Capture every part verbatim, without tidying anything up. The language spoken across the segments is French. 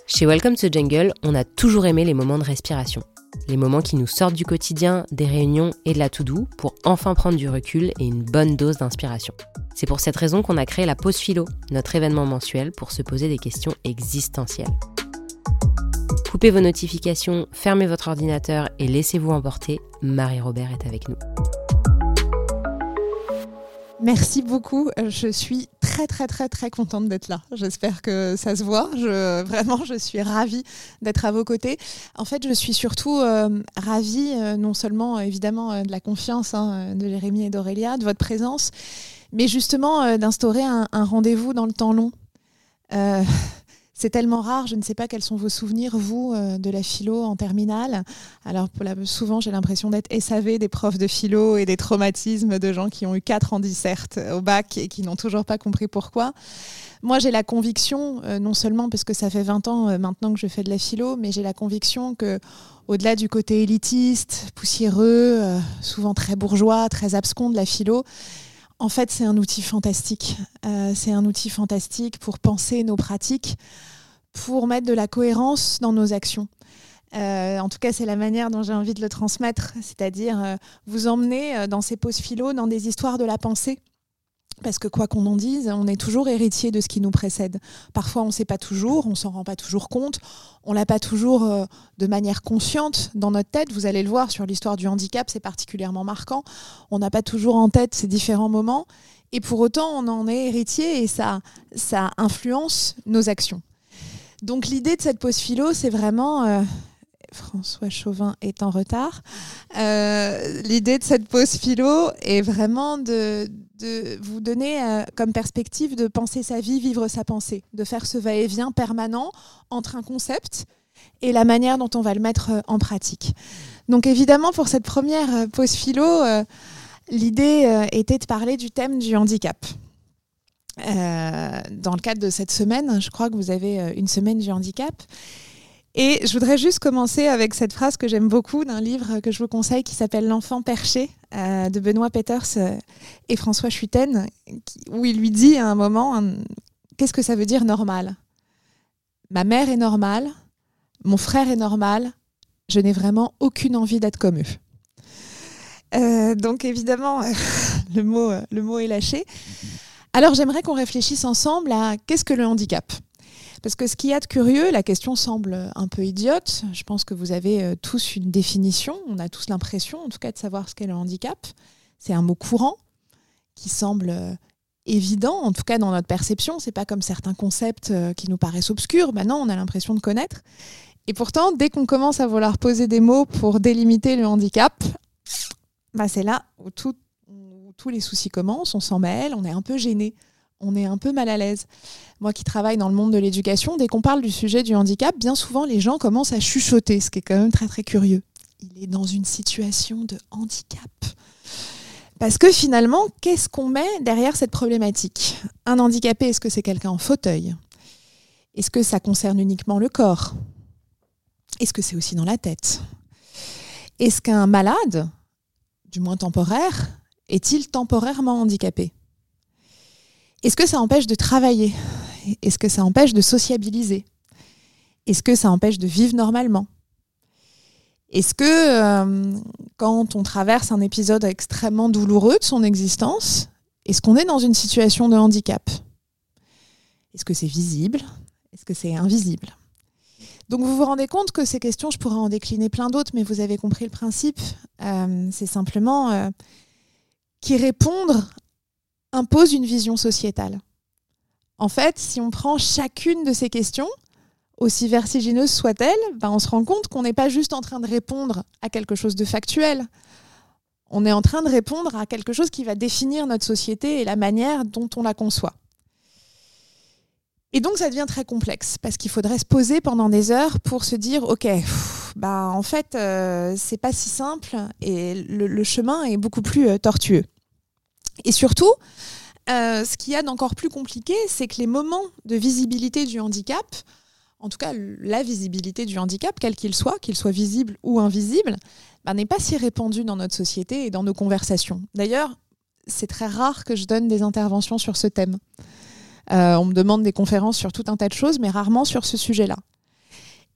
Chez Welcome to Jungle, on a toujours aimé les moments de respiration. Les moments qui nous sortent du quotidien, des réunions et de la to-do pour enfin prendre du recul et une bonne dose d'inspiration. C'est pour cette raison qu'on a créé la Pause Philo, notre événement mensuel pour se poser des questions existentielles. Coupez vos notifications, fermez votre ordinateur et laissez-vous emporter. Marie-Robert est avec nous. Merci beaucoup. Je suis très très très très contente d'être là. J'espère que ça se voit. Je, vraiment, je suis ravie d'être à vos côtés. En fait, je suis surtout euh, ravie, euh, non seulement évidemment euh, de la confiance hein, de Jérémy et d'Aurélia, de votre présence, mais justement euh, d'instaurer un, un rendez-vous dans le temps long. Euh, C'est tellement rare, je ne sais pas quels sont vos souvenirs, vous, euh, de la philo en terminale. Alors, pour la, souvent, j'ai l'impression d'être S A V des profs de philo et des traumatismes de gens qui ont eu quatre en disserte au bac et qui n'ont toujours pas compris pourquoi. Moi, j'ai la conviction, euh, non seulement parce que ça fait vingt ans euh, maintenant que je fais de la philo, mais j'ai la conviction que, au-delà du côté élitiste, poussiéreux, euh, souvent très bourgeois, très abscon de la philo, en fait, c'est un outil fantastique. Euh, c'est un outil fantastique pour penser nos pratiques, pour mettre de la cohérence dans nos actions. Euh, en tout cas, c'est la manière dont j'ai envie de le transmettre, c'est-à-dire euh, vous emmener euh, dans ces pauses philo, dans des histoires de la pensée. Parce que quoi qu'on en dise, on est toujours héritier de ce qui nous précède. Parfois, on ne sait pas toujours, on ne s'en rend pas toujours compte, on ne l'a pas toujours euh, de manière consciente dans notre tête. Vous allez le voir sur l'histoire du handicap, c'est particulièrement marquant. On n'a pas toujours en tête ces différents moments. Et pour autant, on en est héritier et ça, ça influence nos actions. Donc l'idée de cette pause philo, c'est vraiment... Euh, François Chauvin est en retard. Euh, l'idée de cette pause philo est vraiment de, de vous donner euh, comme perspective de penser sa vie, vivre sa pensée, de faire ce va-et-vient permanent entre un concept et la manière dont on va le mettre euh, en pratique. Donc évidemment, pour cette première euh, pause philo, euh, l'idée euh, était de parler du thème du handicap. Euh, dans le cadre de cette semaine, je crois que vous avez euh, une semaine du handicap. Et je voudrais juste commencer avec cette phrase que j'aime beaucoup d'un livre que je vous conseille qui s'appelle L'enfant perché euh, de Benoît Peters et François Schuiten, qui, où il lui dit à un moment un, qu'est-ce que ça veut dire normal ? Ma mère est normale, mon frère est normal, je n'ai vraiment aucune envie d'être comme eux. Euh, donc évidemment, le mot, le mot est lâché. Alors j'aimerais qu'on réfléchisse ensemble à qu'est-ce que le handicap ? Parce que ce qu'il y a de curieux, la question semble un peu idiote. Je pense que vous avez euh, tous une définition. On a tous l'impression, en tout cas, de savoir ce qu'est le handicap. C'est un mot courant qui semble euh, évident, en tout cas dans notre perception. C'est pas comme certains concepts euh, qui nous paraissent obscurs. Maintenant, on a l'impression de connaître. Et pourtant, dès qu'on commence à vouloir poser des mots pour délimiter le handicap, bah, c'est là où, tout, où tous les soucis commencent. On s'en mêle, on est un peu gêné. On est un peu mal à l'aise. Moi qui travaille dans le monde de l'éducation, dès qu'on parle du sujet du handicap, bien souvent les gens commencent à chuchoter, ce qui est quand même très très curieux. Il est dans une situation de handicap. Parce que finalement, qu'est-ce qu'on met derrière cette problématique ? Un handicapé, est-ce que c'est quelqu'un en fauteuil ? Est-ce que ça concerne uniquement le corps ? Est-ce que c'est aussi dans la tête ? Est-ce qu'un malade, du moins temporaire, est-il temporairement handicapé ? Est-ce que ça empêche de travailler ? Est-ce que ça empêche de sociabiliser ? Est-ce que ça empêche de vivre normalement ? Est-ce que euh, quand on traverse un épisode extrêmement douloureux de son existence, est-ce qu'on est dans une situation de handicap ? Est-ce que c'est visible ? Est-ce que c'est invisible ? Donc vous vous rendez compte que ces questions, je pourrais en décliner plein d'autres, mais vous avez compris le principe. Euh, c'est simplement euh, qu'y répondre impose une vision sociétale. En fait, si on prend chacune de ces questions, aussi vertigineuses soient-elles, ben on se rend compte qu'on n'est pas juste en train de répondre à quelque chose de factuel. On est en train de répondre à quelque chose qui va définir notre société et la manière dont on la conçoit. Et donc, ça devient très complexe, parce qu'il faudrait se poser pendant des heures pour se dire « Ok, pff, bah, en fait, euh, c'est pas si simple et le, le chemin est beaucoup plus euh, tortueux. » Et surtout, euh, ce qu'il y a d'encore plus compliqué, c'est que les moments de visibilité du handicap, en tout cas la visibilité du handicap, quel qu'il soit, qu'il soit visible ou invisible, ben, n'est pas si répandu dans notre société et dans nos conversations. D'ailleurs, c'est très rare que je donne des interventions sur ce thème. Euh, on me demande des conférences sur tout un tas de choses, mais rarement sur ce sujet-là.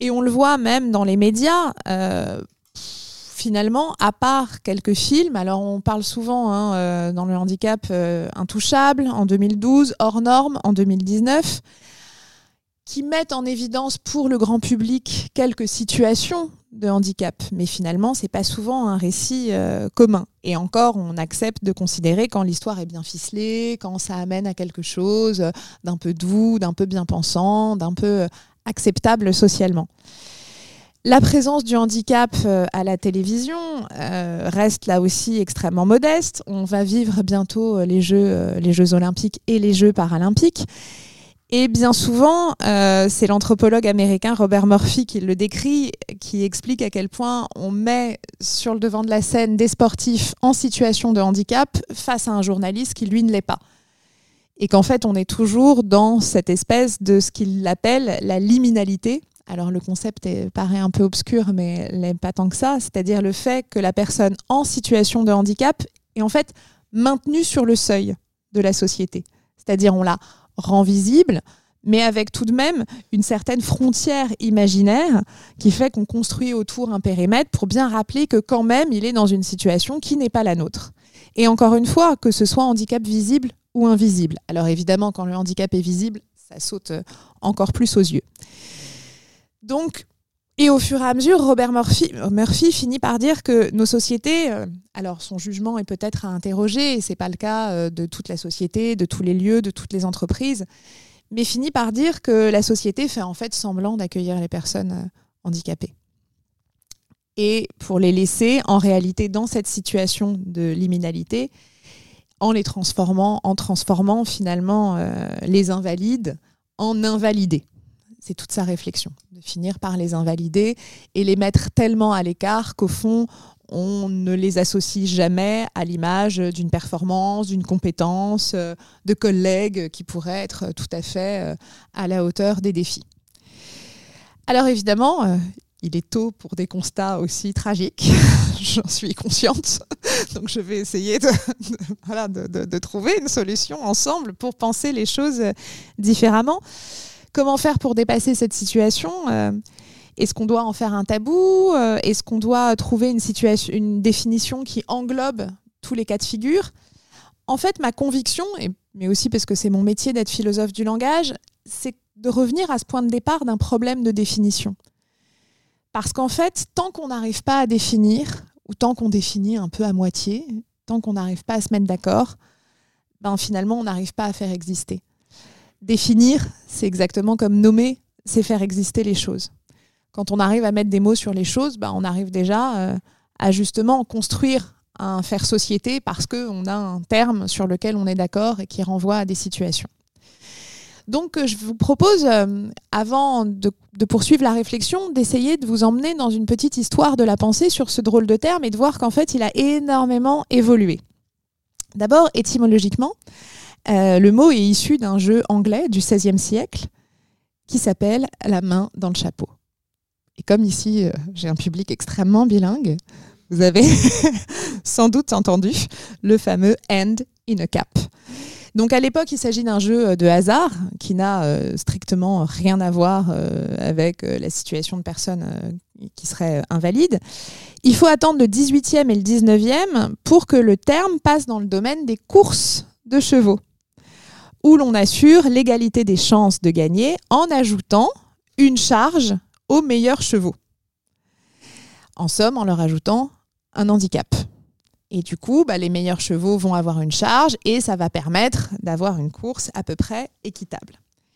Et on le voit même dans les médias, euh, finalement, à part quelques films, alors on parle souvent hein, euh, dans le handicap euh, Intouchable en deux mille douze, Hors Normes en deux mille dix-neuf, qui mettent en évidence pour le grand public quelques situations de handicap. Mais finalement, c'est pas souvent un récit euh, commun. Et encore, on accepte de considérer quand l'histoire est bien ficelée, quand ça amène à quelque chose d'un peu doux, d'un peu bien pensant, d'un peu acceptable socialement. La présence du handicap euh, à la télévision euh, reste là aussi extrêmement modeste. On va vivre bientôt les Jeux, euh, les Jeux olympiques et les Jeux paralympiques. Et bien souvent, euh, c'est l'anthropologue américain Robert Murphy qui le décrit, qui explique à quel point on met sur le devant de la scène des sportifs en situation de handicap face à un journaliste qui, lui, ne l'est pas. Et qu'en fait, on est toujours dans cette espèce de ce qu'il appelle la liminalité. Alors, le concept est, paraît un peu obscur, mais n'est pas tant que ça. C'est-à-dire le fait que la personne en situation de handicap est en fait maintenue sur le seuil de la société. C'est-à-dire, on l'a rend visible, mais avec tout de même une certaine frontière imaginaire qui fait qu'on construit autour un périmètre pour bien rappeler que quand même, il est dans une situation qui n'est pas la nôtre. Et encore une fois, que ce soit handicap visible ou invisible. Alors évidemment, quand le handicap est visible, ça saute encore plus aux yeux. Donc, et au fur et à mesure, Robert Murphy, Murphy finit par dire que nos sociétés, euh, alors son jugement est peut-être à interroger, et ce n'est pas le cas euh, de toute la société, de tous les lieux, de toutes les entreprises, mais finit par dire que la société fait en fait semblant d'accueillir les personnes euh, handicapées. Et pour les laisser, en réalité, dans cette situation de liminalité, en les transformant, en transformant finalement euh, les invalides en invalidés. C'est toute sa réflexion, de finir par les invalider et les mettre tellement à l'écart qu'au fond, on ne les associe jamais à l'image d'une performance, d'une compétence, euh, de collègues qui pourraient être tout à fait euh, à la hauteur des défis. Alors évidemment, euh, il est tôt pour des constats aussi tragiques, j'en suis consciente, donc je vais essayer de, de, voilà, de, de, de trouver une solution ensemble pour penser les choses différemment. Comment faire pour dépasser cette situation ? euh, Est-ce qu'on doit en faire un tabou ? euh, Est-ce qu'on doit trouver une, situation, une définition qui englobe tous les cas de figure ? En fait, ma conviction, et, mais aussi parce que c'est mon métier d'être philosophe du langage, c'est de revenir à ce point de départ d'un problème de définition. Parce qu'en fait, tant qu'on n'arrive pas à définir, ou tant qu'on définit un peu à moitié, tant qu'on n'arrive pas à se mettre d'accord, ben finalement, on n'arrive pas à faire exister. Définir, c'est exactement comme nommer, c'est faire exister les choses. Quand on arrive à mettre des mots sur les choses, bah on arrive déjà euh, à justement construire un faire société parce qu'on a un terme sur lequel on est d'accord et qui renvoie à des situations. Donc je vous propose, euh, avant de, de poursuivre la réflexion, d'essayer de vous emmener dans une petite histoire de la pensée sur ce drôle de terme et de voir qu'en fait il a énormément évolué. D'abord, étymologiquement, Euh, le mot est issu d'un jeu anglais du seizième siècle qui s'appelle « La main dans le chapeau ». Et comme ici, euh, j'ai un public extrêmement bilingue, vous avez sans doute entendu le fameux « hand in a cap ». Donc à l'époque, il s'agit d'un jeu de hasard qui n'a euh, strictement rien à voir euh, avec euh, la situation de personnes euh, qui seraient invalides. Il faut attendre le dix-huitième et le dix-neuvième pour que le terme passe dans le domaine des courses de chevaux, où l'on assure l'égalité des chances de gagner en ajoutant une charge aux meilleurs chevaux. En somme, en leur ajoutant un handicap. Et du coup, bah, les meilleurs chevaux vont avoir une charge et ça va permettre d'avoir une course à peu près équitable.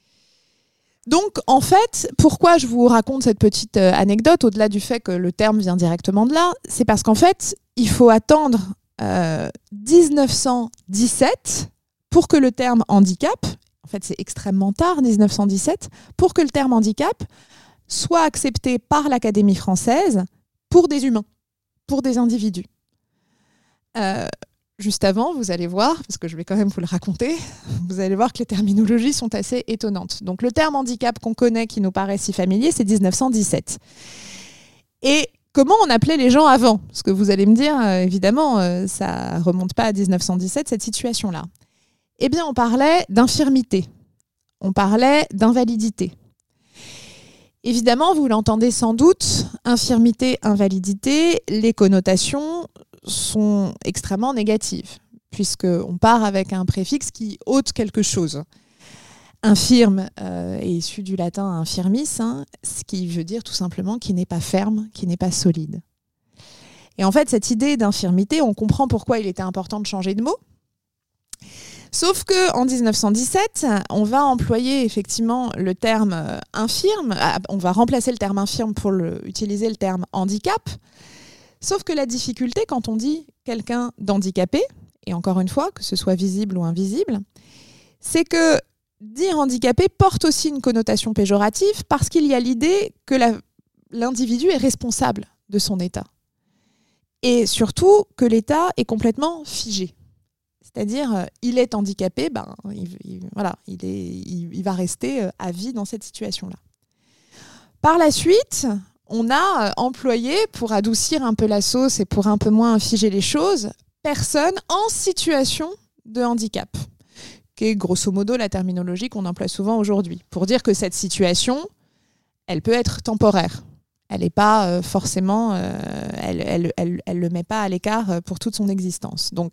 Donc, en fait, pourquoi je vous raconte cette petite euh, anecdote, au-delà du fait que le terme vient directement de là, c'est parce qu'en fait, il faut attendre euh, dix-neuf cent dix-sept pour que le terme handicap, en fait c'est extrêmement tard, dix-neuf cent dix-sept, pour que le terme handicap soit accepté par l'Académie française pour des humains, pour des individus. Euh, juste avant, vous allez voir, parce que je vais quand même vous le raconter, vous allez voir que les terminologies sont assez étonnantes. Donc le terme handicap qu'on connaît, qui nous paraît si familier, c'est dix-neuf cent dix-sept. Et comment on appelait les gens avant ? Parce que vous allez me dire, euh, évidemment, euh, ça ne remonte pas à dix-neuf cent dix-sept, cette situation-là. Eh bien, on parlait d'infirmité, on parlait d'invalidité. Évidemment, vous l'entendez sans doute, infirmité, invalidité, les connotations sont extrêmement négatives, puisqu'on part avec un préfixe qui ôte quelque chose. Infirme euh, est issu du latin infirmis, hein, ce qui veut dire tout simplement qui n'est pas ferme, qui n'est pas solide. Et en fait, cette idée d'infirmité, on comprend pourquoi il était important de changer de mot. Sauf qu'en dix-neuf cent dix-sept, on va employer effectivement le terme infirme, on va remplacer le terme infirme pour le, utiliser le terme handicap. Sauf que la difficulté, quand on dit quelqu'un d'handicapé, et encore une fois, que ce soit visible ou invisible, c'est que dire handicapé porte aussi une connotation péjorative parce qu'il y a l'idée que la, l'individu est responsable de son état. Et surtout que l'état est complètement figé. C'est-à-dire, euh, il est handicapé, ben, il, il, voilà, il, est, il, il va rester euh, à vie dans cette situation-là. Par la suite, on a euh, employé, pour adoucir un peu la sauce et pour un peu moins figer les choses, personne en situation de handicap, qui est grosso modo la terminologie qu'on emploie souvent aujourd'hui, pour dire que cette situation, elle peut être temporaire. Elle n'est pas euh, forcément, euh, elle, elle, elle, elle le met pas à l'écart pour toute son existence. Donc,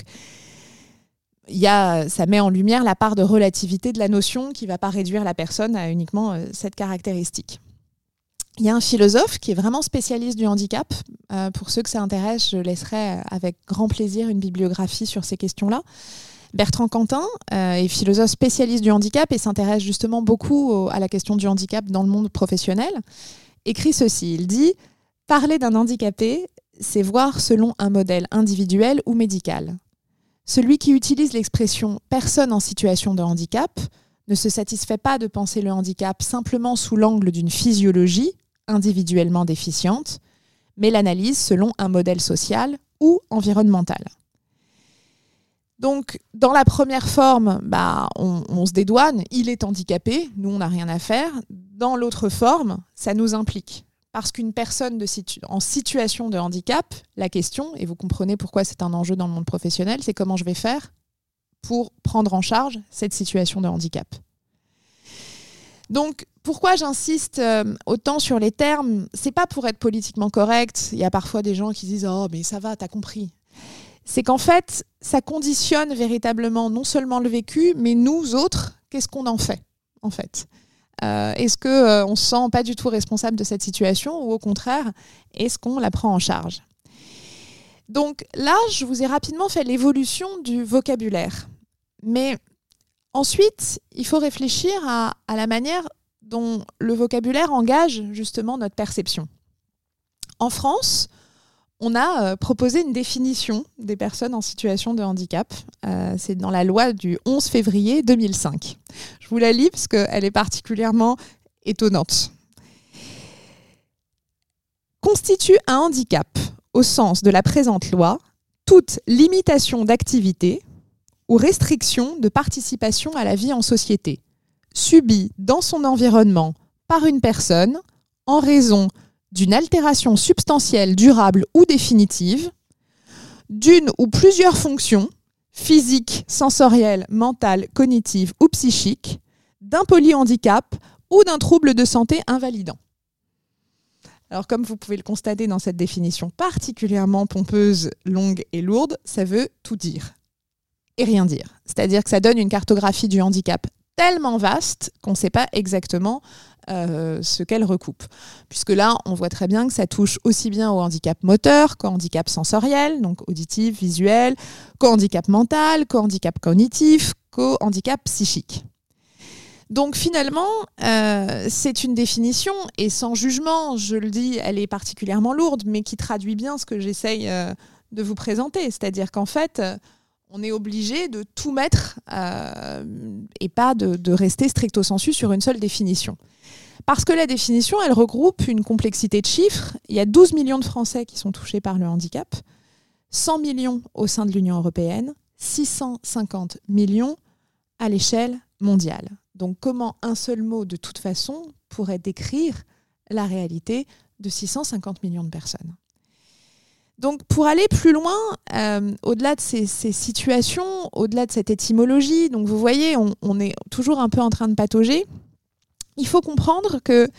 y a, ça met en lumière la part de relativité de la notion qui ne va pas réduire la personne à uniquement euh, cette caractéristique. Il y a un philosophe qui est vraiment spécialiste du handicap. Euh, pour ceux que ça intéresse, je laisserai avec grand plaisir une bibliographie sur ces questions-là. Bertrand Cantin euh, est philosophe spécialiste du handicap et s'intéresse justement beaucoup au, à la question du handicap dans le monde professionnel. Écrit ceci, il dit « Parler d'un handicapé, c'est voir selon un modèle individuel ou médical. Celui qui utilise l'expression « personne en situation de handicap » ne se satisfait pas de penser le handicap simplement sous l'angle d'une physiologie individuellement déficiente, mais l'analyse selon un modèle social ou environnemental. » Donc, dans la première forme, bah, on, on se dédouane, il est handicapé, nous on n'a rien à faire. Dans l'autre forme, ça nous implique. Parce qu'une personne de situ- en situation de handicap, la question, et vous comprenez pourquoi c'est un enjeu dans le monde professionnel, c'est comment je vais faire pour prendre en charge cette situation de handicap. Donc, pourquoi j'insiste euh, autant sur les termes ? C'est pas pour être politiquement correct. Il y a parfois des gens qui disent « Oh, mais ça va, t'as compris ». C'est qu'en fait, ça conditionne véritablement non seulement le vécu, mais nous autres, qu'est-ce qu'on en fait, en fait ? Euh, est-ce qu'on euh, ne se sent pas du tout responsable de cette situation ou au contraire, est-ce qu'on la prend en charge ? Donc là, je vous ai rapidement fait l'évolution du vocabulaire. Mais ensuite, il faut réfléchir à, à la manière dont le vocabulaire engage justement notre perception. En France, on a euh, proposé une définition des personnes en situation de handicap. Euh, c'est dans la loi du onze février deux mille cinq. Je vous la lis parce qu'elle est particulièrement étonnante. Constitue un handicap, au sens de la présente loi, toute limitation d'activité ou restriction de participation à la vie en société, subie dans son environnement par une personne en raison d'une altération substantielle, durable ou définitive, d'une ou plusieurs fonctions, physiques, sensorielles, mentales, cognitives ou psychiques, d'un polyhandicap ou d'un trouble de santé invalidant. Alors, comme vous pouvez le constater dans cette définition particulièrement pompeuse, longue et lourde, ça veut tout dire et rien dire. C'est-à-dire que ça donne une cartographie du handicap tellement vaste qu'on ne sait pas exactement Euh, ce qu'elle recoupe. Puisque là, on voit très bien que ça touche aussi bien au handicap moteur qu'au handicap sensoriel, donc auditif, visuel, qu'au handicap mental, qu'au handicap cognitif, qu'au handicap psychique. Donc finalement, euh, c'est une définition, et sans jugement, je le dis, elle est particulièrement lourde, mais qui traduit bien ce que j'essaye euh, de vous présenter. C'est-à-dire qu'en fait, euh, on est obligé de tout mettre euh, et pas de, de rester stricto sensu sur une seule définition. Parce que la définition, elle regroupe une complexité de chiffres. Il y a douze millions de Français qui sont touchés par le handicap, cent millions au sein de l'Union européenne, six cent cinquante millions à l'échelle mondiale. Donc comment un seul mot, de toute façon, pourrait décrire la réalité de six cent cinquante millions de personnes ? Donc pour aller plus loin, euh, au-delà de ces, ces situations, au-delà de cette étymologie, donc vous voyez, on, on est toujours un peu en train de patauger. Il faut comprendre que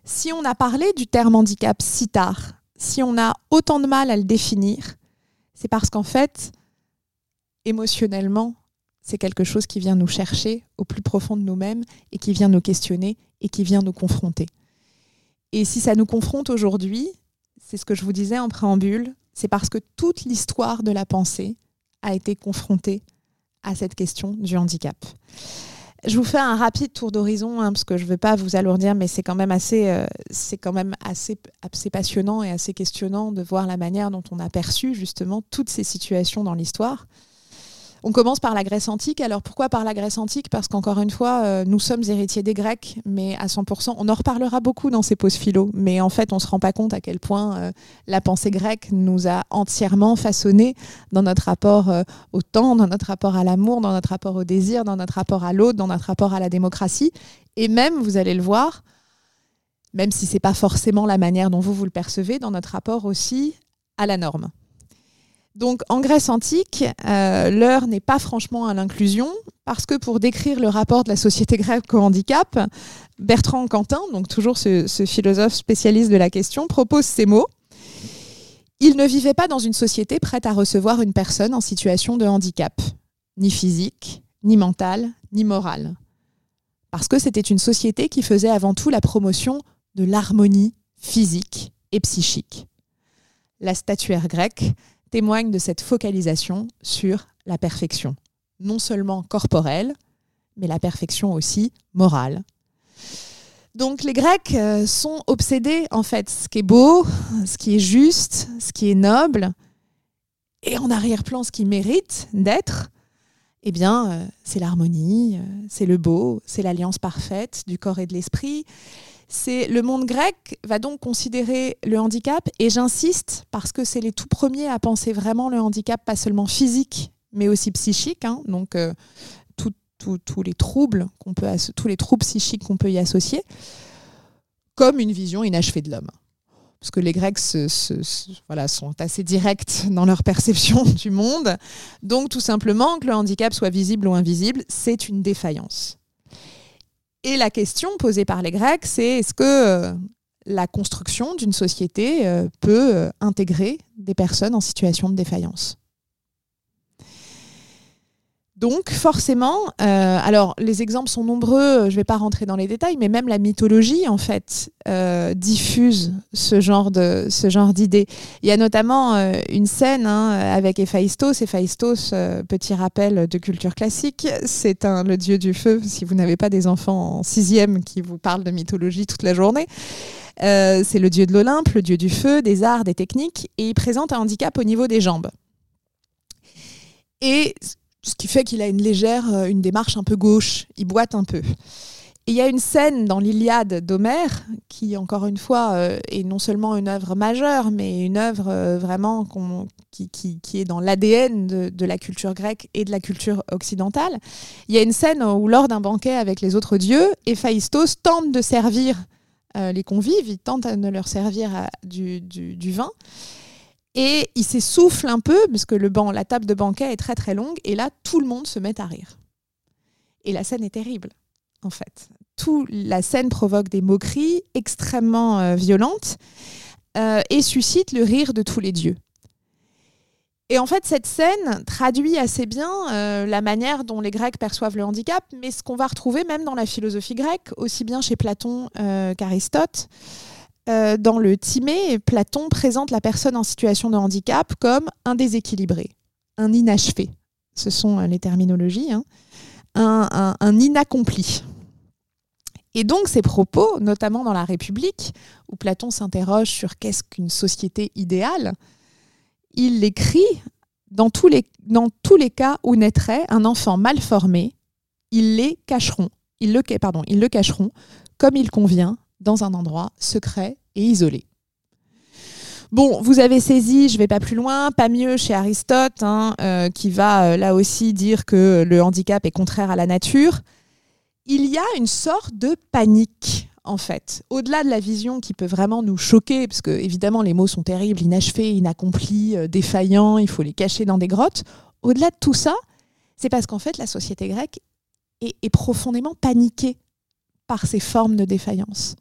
Si on a parlé du terme handicap si tard, si on a autant de mal à le définir, c'est parce qu'en fait, émotionnellement, c'est quelque chose qui vient nous chercher au plus profond de nous-mêmes et qui vient nous questionner et qui vient nous confronter. Et si ça nous confronte aujourd'hui, c'est ce que je vous disais en préambule, c'est parce que toute l'histoire de la pensée a été confrontée à cette question du handicap. Je vous fais un rapide tour d'horizon, hein, parce que je ne veux pas vous alourdir, mais c'est quand même assez, euh, c'est quand même assez, assez passionnant et assez questionnant de voir la manière dont on a perçu justement toutes ces situations dans l'histoire. On commence par la Grèce antique. Alors pourquoi par la Grèce antique ? Parce qu'encore une fois, euh, nous sommes héritiers des Grecs, mais à cent pour cent. On en reparlera beaucoup dans ces pauses philo, mais en fait, on ne se rend pas compte à quel point euh, la pensée grecque nous a entièrement façonnés dans notre rapport euh, au temps, dans notre rapport à l'amour, dans notre rapport au désir, dans notre rapport à l'autre, dans notre rapport à la démocratie. Et même, vous allez le voir, même si ce n'est pas forcément la manière dont vous, vous le percevez, dans notre rapport aussi à la norme. Donc en Grèce antique, euh, l'heure n'est pas franchement à l'inclusion, parce que pour décrire le rapport de la société grecque au handicap, Bertrand Cantin, donc toujours ce, ce philosophe spécialiste de la question, propose ces mots. Il ne vivait pas dans une société prête à recevoir une personne en situation de handicap, ni physique, ni mental, ni moral. Parce que c'était une société qui faisait avant tout la promotion de l'harmonie physique et psychique. La statuaire grecque témoigne de cette focalisation sur la perfection, non seulement corporelle, mais la perfection aussi morale. Donc les Grecs euh, sont obsédés, en fait, ce qui est beau, ce qui est juste, ce qui est noble, et en arrière-plan, ce qui mérite d'être, eh bien, euh, c'est l'harmonie, euh, c'est le beau, c'est l'alliance parfaite du corps et de l'esprit. C'est, le monde grec va donc considérer le handicap, et j'insiste parce que c'est les tout premiers à penser vraiment le handicap, pas seulement physique, mais aussi psychique, hein, donc euh, tous tout, tout les troubles qu'on peut, tous les troubles psychiques qu'on peut y associer, comme une vision inachevée de l'homme. Parce que les Grecs se, se, se, voilà, sont assez directs dans leur perception du monde, donc tout simplement que le handicap soit visible ou invisible, c'est une défaillance. Et la question posée par les Grecs, c'est est-ce que euh, la construction d'une société euh, peut euh, intégrer des personnes en situation de défaillance ? Donc forcément, euh, alors les exemples sont nombreux, je ne vais pas rentrer dans les détails, mais même la mythologie en fait euh, diffuse ce genre de ce genre d'idées. Il y a notamment euh, une scène hein, avec Héphaïstos. Héphaïstos, euh, petit rappel de culture classique, c'est un, le dieu du feu. Si vous n'avez pas des enfants en sixième qui vous parlent de mythologie toute la journée, euh, c'est le dieu de l'Olympe, le dieu du feu, des arts, des techniques, et il présente un handicap au niveau des jambes. Et ce qui fait qu'il a une légère, une démarche un peu gauche, il boite un peu. Et il y a une scène dans l'Iliade d'Homère, qui encore une fois euh, est non seulement une œuvre majeure, mais une œuvre euh, vraiment qu'on, qui, qui, qui est dans l'A D N de, de la culture grecque et de la culture occidentale. Il y a une scène où lors d'un banquet avec les autres dieux, Héphaïstos tente de servir euh, les convives, il tente de leur servir à, du, du, du vin. Et il s'essouffle un peu, parce que le banc, la table de banquet est très très longue, et là, tout le monde se met à rire. Et la scène est terrible, en fait. Tout, la scène provoque des moqueries extrêmement euh, violentes euh, et suscite le rire de tous les dieux. Et en fait, cette scène traduit assez bien euh, la manière dont les Grecs perçoivent le handicap, mais ce qu'on va retrouver même dans la philosophie grecque, aussi bien chez Platon euh, qu'Aristote. Euh, dans le Timée, Platon présente la personne en situation de handicap comme un déséquilibré, un inachevé. Ce sont euh, les terminologies, hein. un, un, un inaccompli. Et donc ces propos, notamment dans la République, où Platon s'interroge sur qu'est-ce qu'une société idéale, il l'écrit dans tous les, dans tous les cas où naîtrait un enfant mal formé, ils les cacheront, ils le, pardon, ils le cacheront comme il convient dans un endroit secret et isolé. Bon, vous avez saisi, je ne vais pas plus loin, pas mieux chez Aristote, hein, euh, qui va euh, là aussi dire que le handicap est contraire à la nature. Il y a une sorte de panique, en fait. Au-delà de la vision qui peut vraiment nous choquer, parce que évidemment les mots sont terribles, inachevés, inaccomplis, euh, défaillants, il faut les cacher dans des grottes. Au-delà de tout ça, c'est parce qu'en fait la société grecque est, est profondément paniquée par ces formes de défaillance.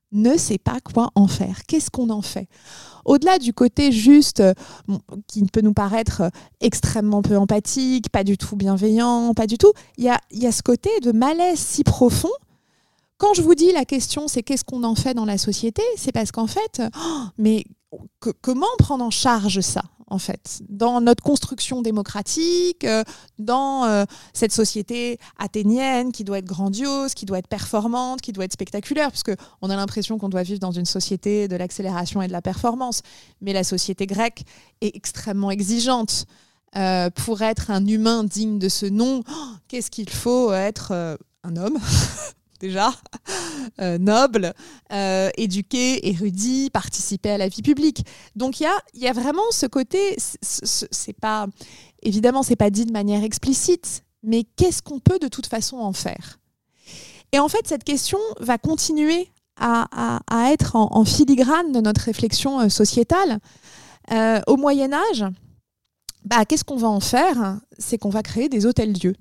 ne sait pas quoi en faire. Qu'est-ce qu'on en fait ? Au-delà du côté juste, euh, qui peut nous paraître euh, extrêmement peu empathique, pas du tout bienveillant, pas du tout, il y a, y a ce côté de malaise si profond. Quand je vous dis la question, c'est qu'est-ce qu'on en fait dans la société ? C'est parce qu'en fait, oh, mais que, comment prendre en charge ça ? En fait, dans notre construction démocratique, euh, dans euh, cette société athénienne qui doit être grandiose, qui doit être performante, qui doit être spectaculaire, parce qu'on a l'impression qu'on doit vivre dans une société de l'accélération et de la performance. Mais la société grecque est extrêmement exigeante. Euh, pour être un humain digne de ce nom, oh, qu'est-ce qu'il faut être euh, un homme déjà, euh, noble, euh, éduqué, érudit, participer à la vie publique. Donc il y a, y a vraiment ce côté, c'est, c'est pas, évidemment c'est pas dit de manière explicite, mais qu'est-ce qu'on peut de toute façon en faire ? Et en fait cette question va continuer à, à, à être en, en filigrane de notre réflexion sociétale. Euh, au Moyen-Âge, bah, qu'est-ce qu'on va en faire ? C'est qu'on va créer des hôtels-dieux.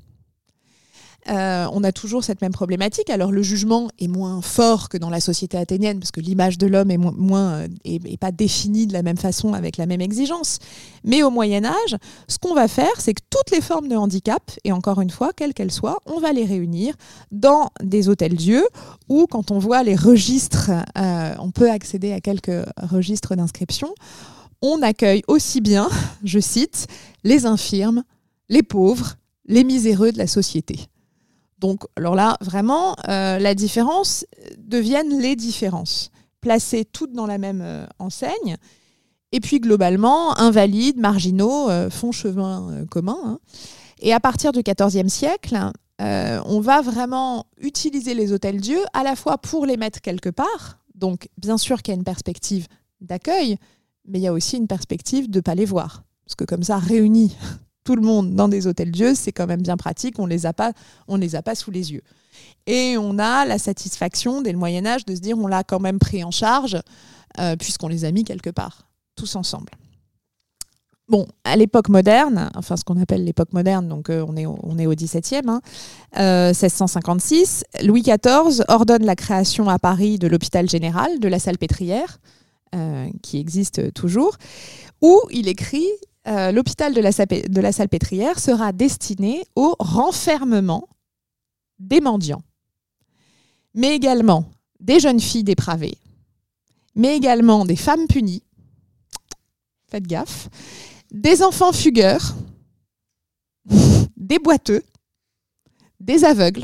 Euh, on a toujours cette même problématique. Alors le jugement est moins fort que dans la société athénienne parce que l'image de l'homme est mo- moins euh, est, est pas définie de la même façon avec la même exigence. Mais au Moyen-Âge, ce qu'on va faire, c'est que toutes les formes de handicap, et encore une fois, quelles qu'elles soient, on va les réunir dans des hôtels-dieux où, quand on voit les registres, euh, on peut accéder à quelques registres d'inscription. On accueille aussi bien, je cite, les infirmes, les pauvres, les miséreux de la société. Donc, alors là, vraiment, euh, la différence deviennent les différences, placées toutes dans la même euh, enseigne. Et puis, globalement, invalides, marginaux, euh, font chemin euh, commun. Hein. Et à partir du quatorzième siècle, euh, on va vraiment utiliser les hôtels-dieux à la fois pour les mettre quelque part. Donc, bien sûr qu'il y a une perspective d'accueil, mais il y a aussi une perspective de ne pas les voir. Parce que comme ça, réunis tout le monde dans des hôtels-dieux, c'est quand même bien pratique, on les a pas, on les a pas sous les yeux. Et on a la satisfaction, dès le Moyen-Âge, de se dire on l'a quand même pris en charge, euh, puisqu'on les a mis quelque part, tous ensemble. Bon, à l'époque moderne, enfin ce qu'on appelle l'époque moderne, donc euh, on est au, on est au dix-septième, hein, euh, seize cent cinquante-six, Louis quatorze ordonne la création à Paris de l'hôpital général de la Salpêtrière, euh, qui existe toujours, où il écrit Euh, l'hôpital de la, Salpê- de la Salpêtrière sera destiné au renfermement des mendiants, mais également des jeunes filles dépravées, mais également des femmes punies, faites gaffe, des enfants fugueurs, des boiteux, des aveugles,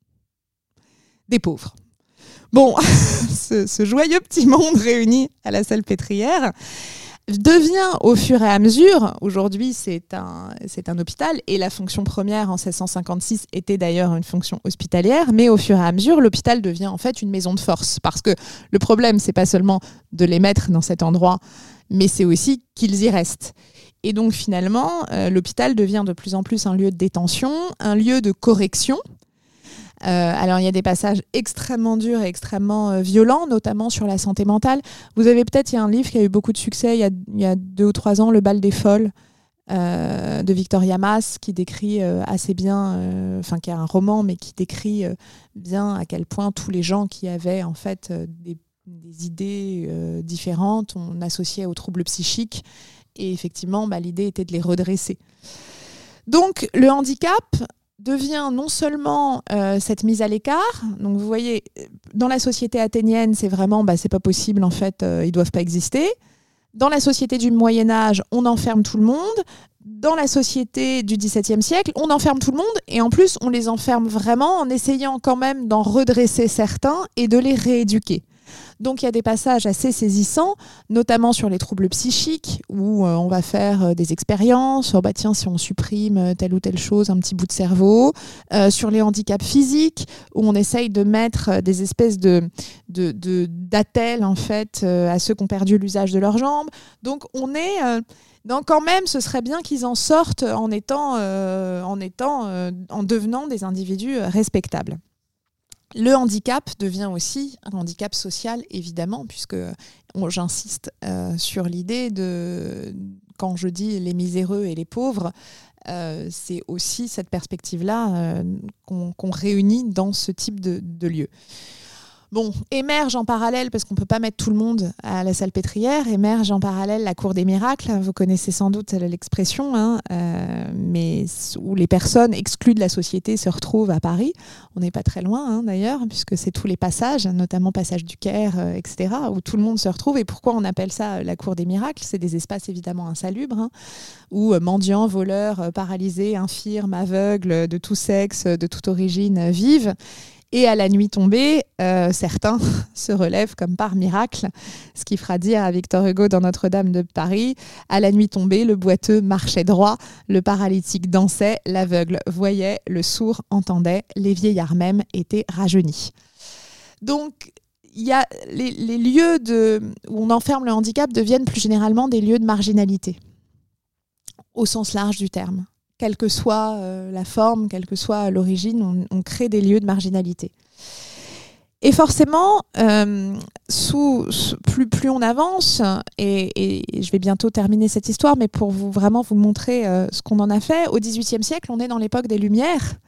des pauvres. Bon, ce, ce joyeux petit monde réuni à la Salpêtrière devient au fur et à mesure, aujourd'hui c'est un, c'est un hôpital et la fonction première en seize cent cinquante-six était d'ailleurs une fonction hospitalière, mais au fur et à mesure l'hôpital devient en fait une maison de force parce que le problème c'est pas seulement de les mettre dans cet endroit, mais c'est aussi qu'ils y restent. Et donc finalement euh, l'hôpital devient de plus en plus un lieu de détention, un lieu de correction. Euh, alors il y a des passages extrêmement durs et extrêmement euh, violents, notamment sur la santé mentale. Vous avez peut-être, il y a un livre qui a eu beaucoup de succès il y a, il y a deux ou trois ans, Le bal des folles, euh, de Victoria Mass, qui décrit euh, assez bien, euh, enfin qui est un roman, mais qui décrit euh, bien à quel point tous les gens qui avaient en fait euh, des, des idées euh, différentes, on associait aux troubles psychiques, et effectivement, bah, l'idée était de les redresser. Donc le handicap devient non seulement euh, cette mise à l'écart, donc vous voyez, dans la société athénienne, c'est vraiment, bah, c'est pas possible, en fait, euh, ils doivent pas exister. Dans la société du Moyen-Âge, on enferme tout le monde. Dans la société du dix-septième siècle, on enferme tout le monde, et en plus, on les enferme vraiment en essayant quand même d'en redresser certains et de les rééduquer. Donc il y a des passages assez saisissants, notamment sur les troubles psychiques, où euh, on va faire euh, des expériences, oh, bah, tiens, si on supprime telle ou telle chose, un petit bout de cerveau, euh, sur les handicaps physiques, où on essaye de mettre euh, des espèces de, de, de, d'attelles en fait, euh, à ceux qui ont perdu l'usage de leurs jambes. Donc on est... Euh, Donc quand même, ce serait bien qu'ils en sortent en étant, euh, en, étant euh, en devenant des individus respectables. Le handicap devient aussi un handicap social, évidemment, puisque on, j'insiste euh, sur l'idée de, quand je dis les miséreux et les pauvres, euh, c'est aussi cette perspective-là euh, qu'on, qu'on réunit dans ce type de, de lieu. Bon, émerge en parallèle, parce qu'on ne peut pas mettre tout le monde à la salpêtrière, émerge en parallèle la cour des miracles. Vous connaissez sans doute l'expression, hein, euh, mais où les personnes exclues de la société se retrouvent à Paris. On n'est pas très loin, hein, d'ailleurs, puisque c'est tous les passages, notamment passage du Caire, euh, et cetera, où tout le monde se retrouve. Et pourquoi on appelle ça la cour des miracles ? C'est des espaces évidemment insalubres, hein, où mendiants, voleurs, paralysés, infirmes, aveugles, de tout sexe, de toute origine, vivent. Et à la nuit tombée, euh, certains se relèvent comme par miracle, ce qui fera dire à Victor Hugo dans Notre-Dame de Paris, à la nuit tombée, le boiteux marchait droit, le paralytique dansait, l'aveugle voyait, le sourd entendait, les vieillards même étaient rajeunis. Donc, il y a les, les lieux de, où on enferme le handicap deviennent plus généralement des lieux de marginalité, au sens large du terme. Quelle que soit euh, la forme, quelle que soit l'origine, on, on crée des lieux de marginalité. Et forcément, euh, sous, sous, plus, plus on avance, et, et je vais bientôt terminer cette histoire, mais pour vous, vraiment vous montrer euh, ce qu'on en a fait, au dix-huitième siècle, on est dans l'époque des Lumières,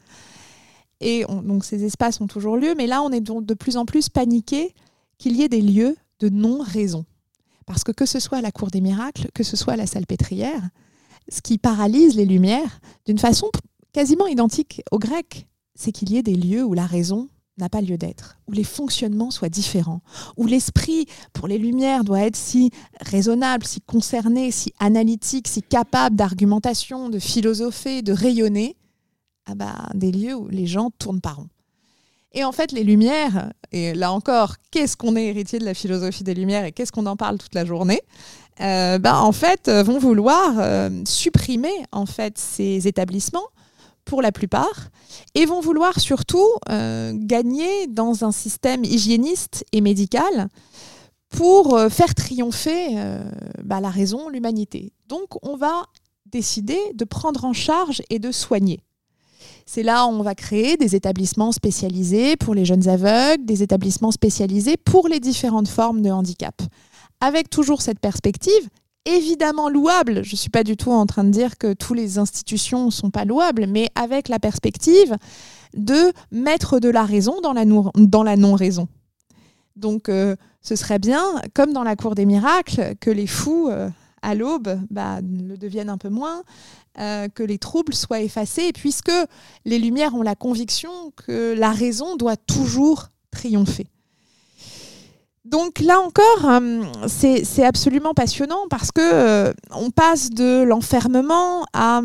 et on, donc ces espaces ont toujours lieu, mais là on est donc de plus en plus paniqué qu'il y ait des lieux de non-raison. Parce que que ce soit la cour des miracles, que ce soit la salpêtrière, ce qui paralyse les Lumières, d'une façon quasiment identique aux Grecs, c'est qu'il y ait des lieux où la raison n'a pas lieu d'être, où les fonctionnements soient différents, où l'esprit, pour les Lumières, doit être si raisonnable, si concerné, si analytique, si capable d'argumentation, de philosopher, de rayonner, ah bah, des lieux où les gens tournent pas rond. Et en fait, les Lumières, et là encore, qu'est-ce qu'on est héritier de la philosophie des Lumières et qu'est-ce qu'on en parle toute la journée ? Euh, bah, en fait, euh, vont vouloir euh, supprimer en fait, ces établissements, pour la plupart, et vont vouloir surtout euh, gagner dans un système hygiéniste et médical pour euh, faire triompher euh, bah, la raison, l'humanité. Donc, on va décider de prendre en charge et de soigner. C'est là où on va créer des établissements spécialisés pour les jeunes aveugles, des établissements spécialisés pour les différentes formes de handicap. Avec toujours cette perspective, évidemment louable, je ne suis pas du tout en train de dire que toutes les institutions ne sont pas louables, mais avec la perspective de mettre de la raison dans la, no- dans la non-raison. Donc euh, ce serait bien, comme dans la cour des miracles, que les fous, euh, à l'aube, bah, le deviennent un peu moins, euh, que les troubles soient effacés, puisque les Lumières ont la conviction que la raison doit toujours triompher. Donc là encore, euh, c'est, c'est absolument passionnant parce que euh, on passe de l'enfermement à,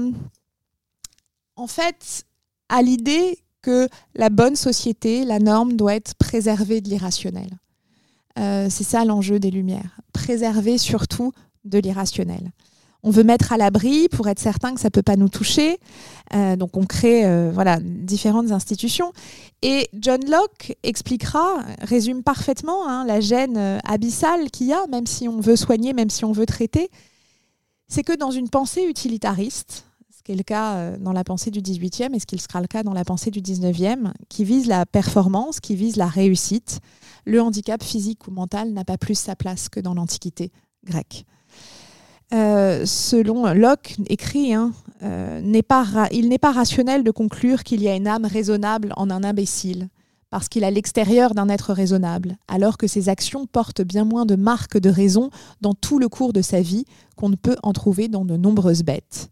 en fait, à l'idée que la bonne société, la norme, doit être préservée de l'irrationnel. Euh, c'est ça l'enjeu des Lumières, préserver surtout de l'irrationnel. On veut mettre à l'abri pour être certain que ça ne peut pas nous toucher. Euh, donc on crée euh, voilà, différentes institutions. Et John Locke expliquera, résume parfaitement hein, la gêne euh, abyssale qu'il y a, même si on veut soigner, même si on veut traiter. C'est que dans une pensée utilitariste, ce qui est le cas euh, dans la pensée du dix-huitième et ce qui sera le cas dans la pensée du dix-neuvième, qui vise la performance, qui vise la réussite, le handicap physique ou mental n'a pas plus sa place que dans l'Antiquité grecque. Euh, selon Locke, écrit, hein, euh, n'est pas ra- il n'est pas rationnel de conclure qu'il y a une âme raisonnable en un imbécile, parce qu'il a l'extérieur d'un être raisonnable, alors que ses actions portent bien moins de marques de raison dans tout le cours de sa vie qu'on ne peut en trouver dans de nombreuses bêtes.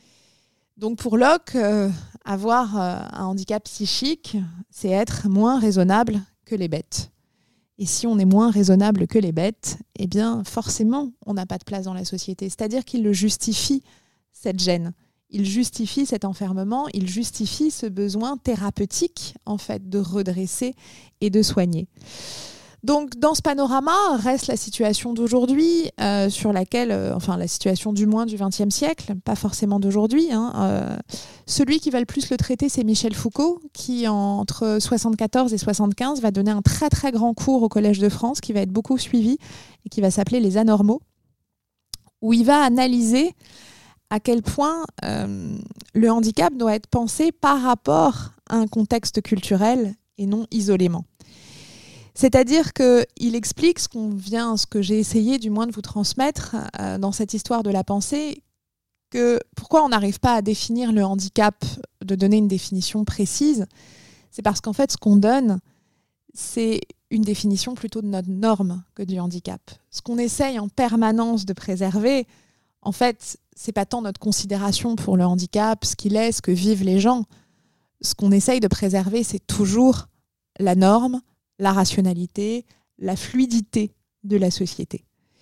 Donc pour Locke, euh, avoir euh, un handicap psychique, c'est être moins raisonnable que les bêtes. Et si on est moins raisonnable que les bêtes, eh bien forcément, on n'a pas de place dans la société. C'est-à-dire qu'il le justifie, cette gêne. Il justifie cet enfermement, il justifie ce besoin thérapeutique, en fait, de redresser et de soigner. Donc, dans ce panorama, reste la situation d'aujourd'hui, euh, sur laquelle, euh, enfin, la situation du moins du vingtième siècle, pas forcément d'aujourd'hui. Hein, euh, celui qui va le plus le traiter, c'est Michel Foucault, qui, entre soixante-quatorze et soixante-quinze, va donner un très, très grand cours au Collège de France, qui va être beaucoup suivi, et qui va s'appeler Les Anormaux, où il va analyser à quel point euh, le handicap doit être pensé par rapport à un contexte culturel et non isolément. C'est-à-dire qu'il explique ce qu'on vient, ce que j'ai essayé du moins de vous transmettre euh, dans cette histoire de la pensée, que pourquoi on n'arrive pas à définir le handicap, de donner une définition précise, c'est parce qu'en fait ce qu'on donne, c'est une définition plutôt de notre norme que du handicap. Ce qu'on essaye en permanence de préserver, en fait, c'est pas tant notre considération pour le handicap, ce qu'il est, ce que vivent les gens. Ce qu'on essaye de préserver, c'est toujours la norme, la rationalité, la fluidité de la société.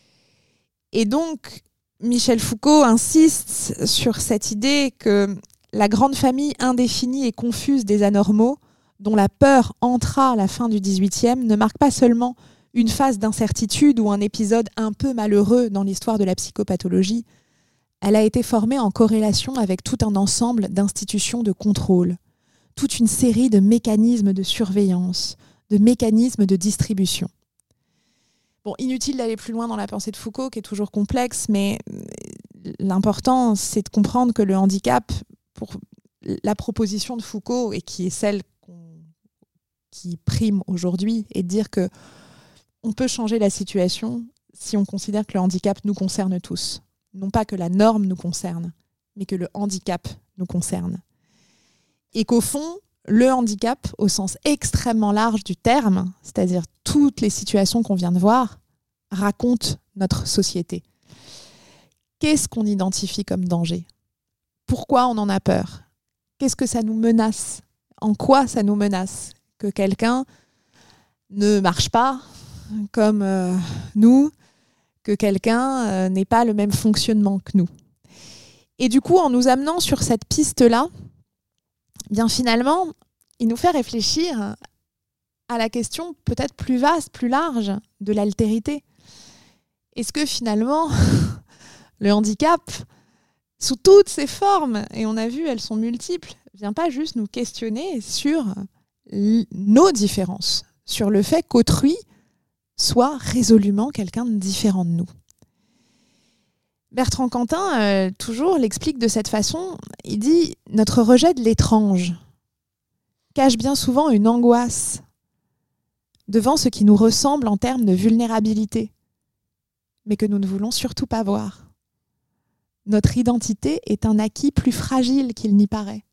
Et donc, Michel Foucault insiste sur cette idée que la grande famille indéfinie et confuse des anormaux, dont la peur entra à la fin du dix-huitième, ne marque pas seulement une phase d'incertitude ou un épisode un peu malheureux dans l'histoire de la psychopathologie. Elle a été formée en corrélation avec tout un ensemble d'institutions de contrôle, toute une série de mécanismes de surveillance, de mécanismes de distribution. Bon, inutile d'aller plus loin dans la pensée de Foucault, qui est toujours complexe, mais l'important, c'est de comprendre que le handicap, pour la proposition de Foucault, et qui est celle qu'on, qui prime aujourd'hui, est de dire que on peut changer la situation si on considère que le handicap nous concerne tous. Non pas que la norme nous concerne, mais que le handicap nous concerne. Et qu'au fond, le handicap, au sens extrêmement large du terme, c'est-à-dire toutes les situations qu'on vient de voir, racontent notre société. Qu'est-ce qu'on identifie comme danger ? Pourquoi on en a peur ? Qu'est-ce que ça nous menace ? En quoi ça nous menace ? Que quelqu'un ne marche pas comme euh, nous, que quelqu'un euh, n'ait pas le même fonctionnement que nous. Et du coup, en nous amenant sur cette piste-là, bien finalement, il nous fait réfléchir à la question peut-être plus vaste, plus large de l'altérité. Est-ce que finalement, le handicap, sous toutes ses formes, et on a vu, elles sont multiples, ne vient pas juste nous questionner sur l- nos différences, sur le fait qu'autrui soit résolument quelqu'un de différent de nous. Bertrand Cantin, euh, toujours, l'explique de cette façon. Il dit « Notre rejet de l'étrange cache bien souvent une angoisse devant ce qui nous ressemble en termes de vulnérabilité, mais que nous ne voulons surtout pas voir. Notre identité est un acquis plus fragile qu'il n'y paraît.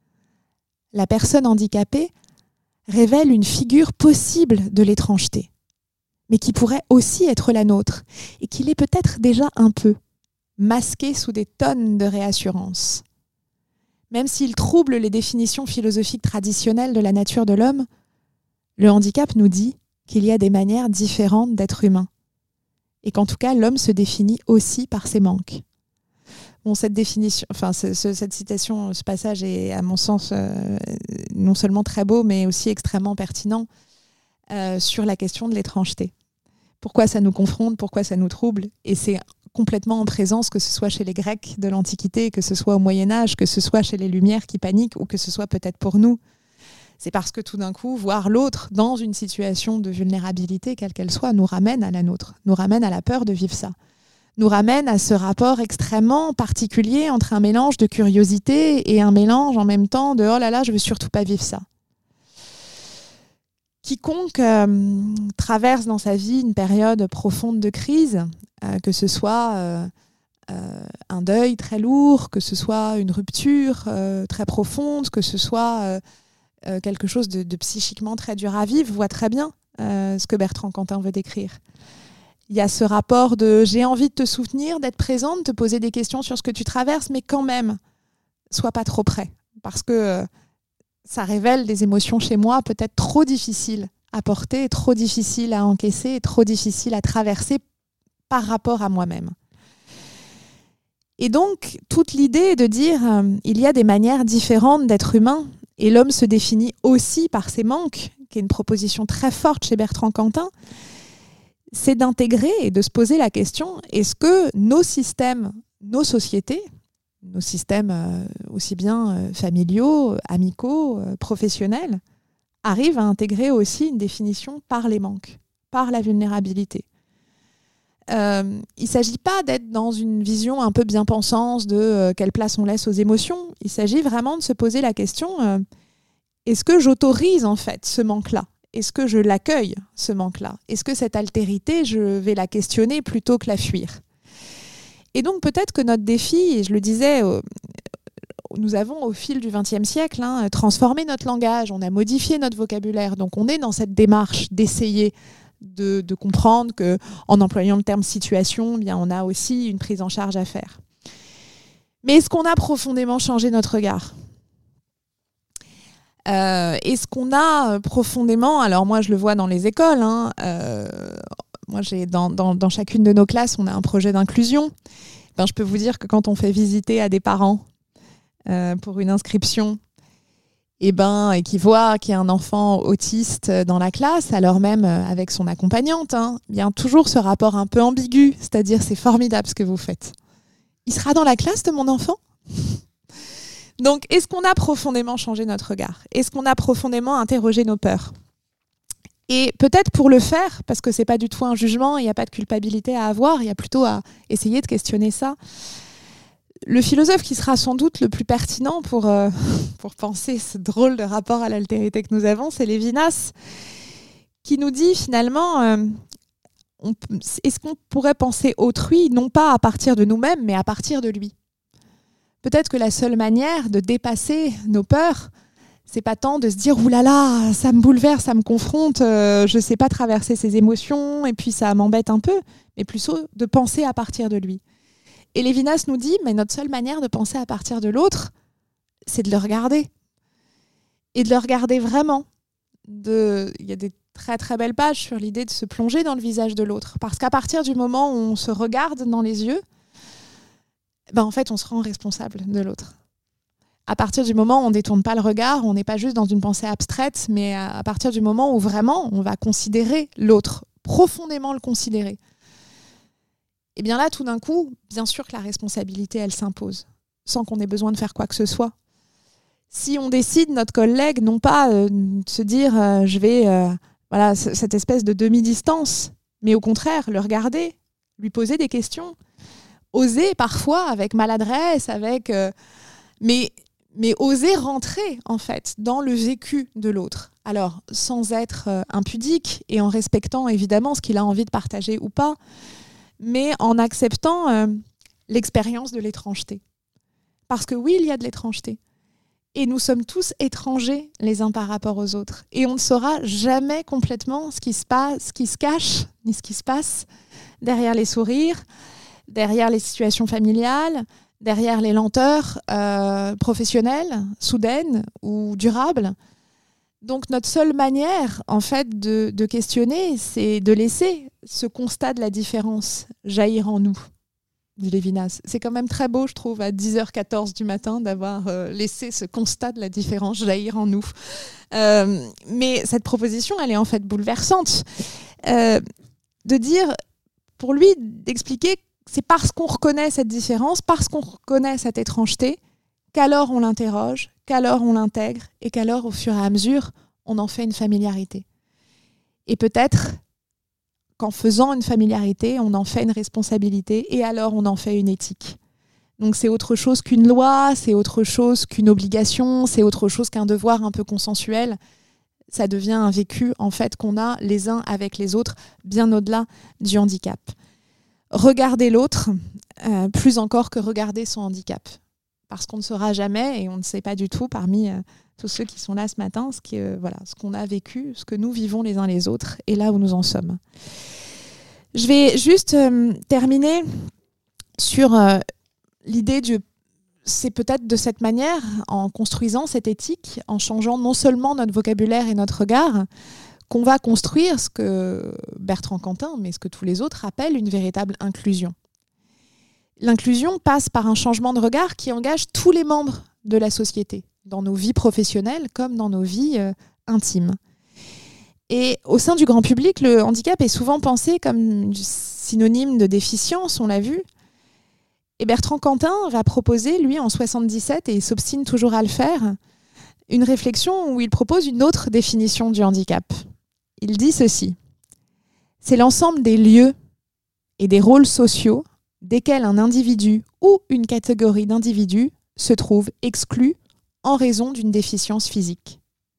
La personne handicapée révèle une figure possible de l'étrangeté, mais qui pourrait aussi être la nôtre, et qui l'est peut-être déjà un peu, masquée sous des tonnes de réassurance. Même s'il trouble les définitions philosophiques traditionnelles de la nature de l'homme, le handicap nous dit qu'il y a des manières différentes d'être humain, et qu'en tout cas, l'homme se définit aussi par ses manques. Bon, cette définition, enfin, ce, ce, cette citation, ce passage est, à mon sens, euh, non seulement très beau, mais aussi extrêmement pertinent euh, sur la question de l'étrangeté. Pourquoi ça nous confronte, pourquoi ça nous trouble, et c'est complètement en présence, que ce soit chez les Grecs de l'Antiquité, que ce soit au Moyen-Âge, que ce soit chez les Lumières qui paniquent, ou que ce soit peut-être pour nous. C'est parce que tout d'un coup, voir l'autre dans une situation de vulnérabilité, quelle qu'elle soit, nous ramène à la nôtre, nous ramène à la peur de vivre ça, nous ramène à ce rapport extrêmement particulier entre un mélange de curiosité et un mélange en même temps de « oh là là, je veux surtout pas vivre ça ». Quiconque euh, traverse dans sa vie une période profonde de crise, euh, que ce soit euh, euh, un deuil très lourd, que ce soit une rupture euh, très profonde, que ce soit euh, euh, quelque chose de, de psychiquement très dur à vivre, voit très bien euh, ce que Bertrand Cantin veut décrire. Il y a ce rapport de « j'ai envie de te soutenir, d'être présente, de te poser des questions sur ce que tu traverses, mais quand même, sois pas trop près. » Parce que euh, ça révèle des émotions chez moi peut-être trop difficiles à porter, trop difficiles à encaisser, trop difficiles à traverser par rapport à moi-même. Et donc, toute l'idée est de dire euh, il y a des manières différentes d'être humain, et l'homme se définit aussi par ses manques, qui est une proposition très forte chez Bertrand Cantin, c'est d'intégrer et de se poser la question, est-ce que nos systèmes, nos sociétés, nos systèmes euh, aussi bien euh, familiaux, amicaux, euh, professionnels, arrivent à intégrer aussi une définition par les manques, par la vulnérabilité. Euh, il ne s'agit pas d'être dans une vision un peu bien-pensance de euh, quelle place on laisse aux émotions. Il s'agit vraiment de se poser la question, euh, est-ce que j'autorise en fait ce manque-là ? Est-ce que je l'accueille, ce manque-là ? Est-ce que cette altérité, je vais la questionner plutôt que la fuir ? Et donc peut-être que notre défi, et je le disais au, nous avons, au fil du vingtième siècle, hein, transformé notre langage, on a modifié notre vocabulaire. Donc, on est dans cette démarche d'essayer de, de comprendre qu'en employant le terme situation, eh bien, on a aussi une prise en charge à faire. Mais est-ce qu'on a profondément changé notre regard ? euh, Est-ce qu'on a profondément... Alors, moi, je le vois dans les écoles. Hein, euh, moi, j'ai, dans, dans, dans chacune de nos classes, on a un projet d'inclusion. Ben, je peux vous dire que quand on fait visiter à des parents euh, pour une inscription et, ben, et qu'ils voient qu'il y a un enfant autiste dans la classe, alors même avec son accompagnante, hein, il y a toujours ce rapport un peu ambigu, c'est-à-dire c'est formidable ce que vous faites. Il sera dans la classe de mon enfant ? Donc, est-ce qu'on a profondément changé notre regard ? Est-ce qu'on a profondément interrogé nos peurs ? Et peut-être pour le faire, parce que ce n'est pas du tout un jugement, il n'y a pas de culpabilité à avoir, il y a plutôt à essayer de questionner ça. Le philosophe qui sera sans doute le plus pertinent pour, euh, pour penser ce drôle de rapport à l'altérité que nous avons, c'est Lévinas, qui nous dit finalement, euh, on, est-ce qu'on pourrait penser autrui, non pas à partir de nous-mêmes, mais à partir de lui ? Peut-être que la seule manière de dépasser nos peurs, c'est pas tant de se dire « Ouh là là, ça me bouleverse, ça me confronte, euh, je sais pas traverser ces émotions et puis ça m'embête un peu », mais plutôt de penser à partir de lui. Et Lévinas nous dit « Mais notre seule manière de penser à partir de l'autre, c'est de le regarder. Et de le regarder vraiment. De... » Il y a des très très belles pages sur l'idée de se plonger dans le visage de l'autre. Parce qu'à partir du moment où on se regarde dans les yeux, ben en fait, on se rend responsable de l'autre. À partir du moment où on ne détourne pas le regard, on n'est pas juste dans une pensée abstraite, mais à partir du moment où vraiment on va considérer l'autre, profondément le considérer, et bien là, tout d'un coup, bien sûr que la responsabilité, elle s'impose, sans qu'on ait besoin de faire quoi que ce soit. Si on décide, notre collègue, non pas euh, de se dire euh, je vais, euh, voilà, c- cette espèce de demi-distance, mais au contraire, le regarder, lui poser des questions, oser parfois avec maladresse, avec... Euh, mais... mais oser rentrer, en fait, dans le vécu de l'autre. Alors, sans être euh, impudique et en respectant, évidemment, ce qu'il a envie de partager ou pas, mais en acceptant euh, l'expérience de l'étrangeté. Parce que oui, il y a de l'étrangeté. Et nous sommes tous étrangers les uns par rapport aux autres. Et on ne saura jamais complètement ce qui se passe, ce qui se cache, ni ce qui se passe derrière les sourires, derrière les situations familiales, derrière les lenteurs euh, professionnelles, soudaines ou durables. Donc notre seule manière, en fait, de, de questionner, c'est de laisser ce constat de la différence jaillir en nous, dit Lévinas. C'est quand même très beau, je trouve, à dix heures quatorze du matin, d'avoir euh, laissé ce constat de la différence jaillir en nous. Euh, mais cette proposition, elle est en fait bouleversante. Euh, de dire, pour lui, d'expliquer c'est parce qu'on reconnaît cette différence, parce qu'on reconnaît cette étrangeté, qu'alors on l'interroge, qu'alors on l'intègre et qu'alors, au fur et à mesure, on en fait une familiarité. Et peut-être qu'en faisant une familiarité, on en fait une responsabilité et alors on en fait une éthique. Donc c'est autre chose qu'une loi, c'est autre chose qu'une obligation, c'est autre chose qu'un devoir un peu consensuel. Ça devient un vécu en fait qu'on a les uns avec les autres, bien au-delà du handicap. Regarder l'autre, euh, plus encore que regarder son handicap. Parce qu'on ne saura jamais, et on ne sait pas du tout, parmi euh, tous ceux qui sont là ce matin, ce, qui, euh, voilà, ce qu'on a vécu, ce que nous vivons les uns les autres, et là où nous en sommes. Je vais juste euh, terminer sur euh, l'idée de... C'est peut-être de cette manière, en construisant cette éthique, en changeant non seulement notre vocabulaire et notre regard, qu'on va construire ce que Bertrand Cantin, mais ce que tous les autres appellent une véritable inclusion. L'inclusion passe par un changement de regard qui engage tous les membres de la société, dans nos vies professionnelles comme dans nos vies euh, intimes. Et au sein du grand public, le handicap est souvent pensé comme synonyme de déficience, on l'a vu. Et Bertrand Cantin va proposer, lui, en soixante-dix-sept, et il s'obstine toujours à le faire, une réflexion où il propose une autre définition du handicap. Il dit ceci : c'est l'ensemble des lieux et des rôles sociaux desquels un individu ou une catégorie d'individus se trouve exclu en raison d'une déficience physique.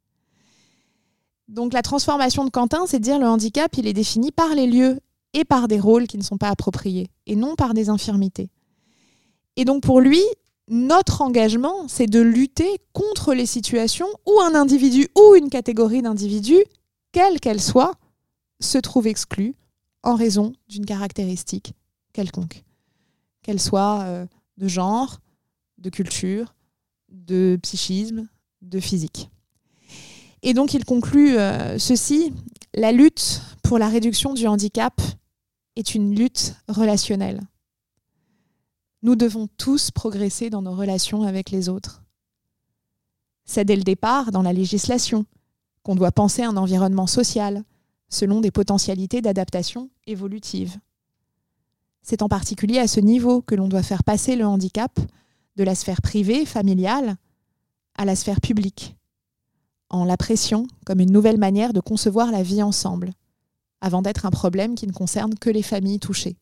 Donc la transformation de Cantin, c'est de dire le handicap, il est défini par les lieux et par des rôles qui ne sont pas appropriés, et non par des infirmités. Et donc pour lui, notre engagement, c'est de lutter contre les situations où un individu ou une catégorie d'individus, quelle qu'elle soit, se trouve exclue en raison d'une caractéristique quelconque, qu'elle soit euh, de genre, de culture, de psychisme, de physique. Et donc il conclut euh, ceci, la lutte pour la réduction du handicap est une lutte relationnelle. Nous devons tous progresser dans nos relations avec les autres. C'est dès le départ, dans la législation, qu'on doit penser un environnement social, selon des potentialités d'adaptation évolutive. C'est en particulier à ce niveau que l'on doit faire passer le handicap de la sphère privée, familiale, à la sphère publique, en l'appréciant comme une nouvelle manière de concevoir la vie ensemble, avant d'être un problème qui ne concerne que les familles touchées.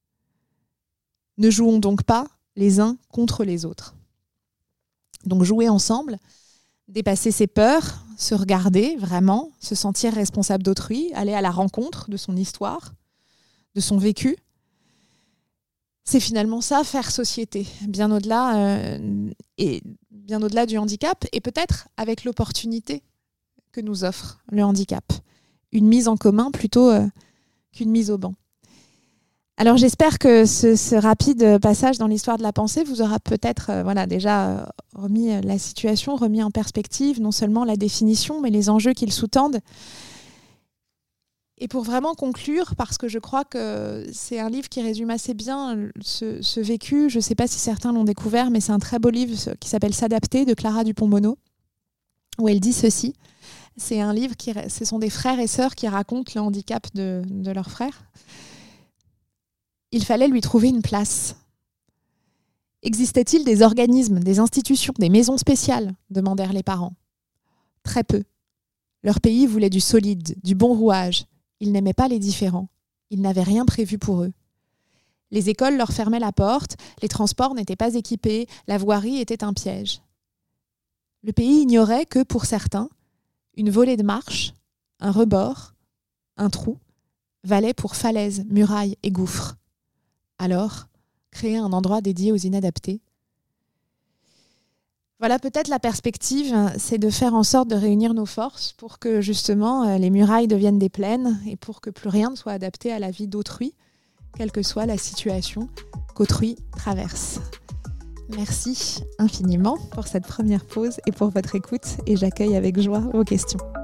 Ne jouons donc pas les uns contre les autres. Donc jouer ensemble, dépasser ses peurs, se regarder vraiment, se sentir responsable d'autrui, aller à la rencontre de son histoire, de son vécu. C'est finalement ça, faire société, bien au-delà, euh, et bien au-delà du handicap, et peut-être avec l'opportunité que nous offre le handicap. Une mise en commun plutôt euh, qu'une mise au banc. Alors j'espère que ce, ce rapide passage dans l'histoire de la pensée vous aura peut-être euh, voilà, déjà euh, remis la situation, remis en perspective, non seulement la définition, mais les enjeux qu'ils sous-tendent. Et pour vraiment conclure, parce que je crois que c'est un livre qui résume assez bien ce, ce vécu, je ne sais pas si certains l'ont découvert, mais c'est un très beau livre qui s'appelle « S'adapter » de Clara Dupont-Mono, où elle dit ceci. C'est un livre, qui, ce sont des frères et sœurs qui racontent le handicap de, de leur frère. Il fallait lui trouver une place. Existait-il des organismes, des institutions, des maisons spéciales ? Demandèrent les parents. Très peu. Leur pays voulait du solide, du bon rouage. Ils n'aimaient pas les différents. Ils n'avaient rien prévu pour eux. Les écoles leur fermaient la porte, les transports n'étaient pas équipés, la voirie était un piège. Le pays ignorait que, pour certains, une volée de marche, un rebord, un trou, valait pour falaise, muraille et gouffre. Alors, créer un endroit dédié aux inadaptés. Voilà, peut-être la perspective, c'est de faire en sorte de réunir nos forces pour que justement les murailles deviennent des plaines et pour que plus rien ne soit adapté à la vie d'autrui, quelle que soit la situation qu'autrui traverse. Merci infiniment pour cette première pause et pour votre écoute et j'accueille avec joie vos questions.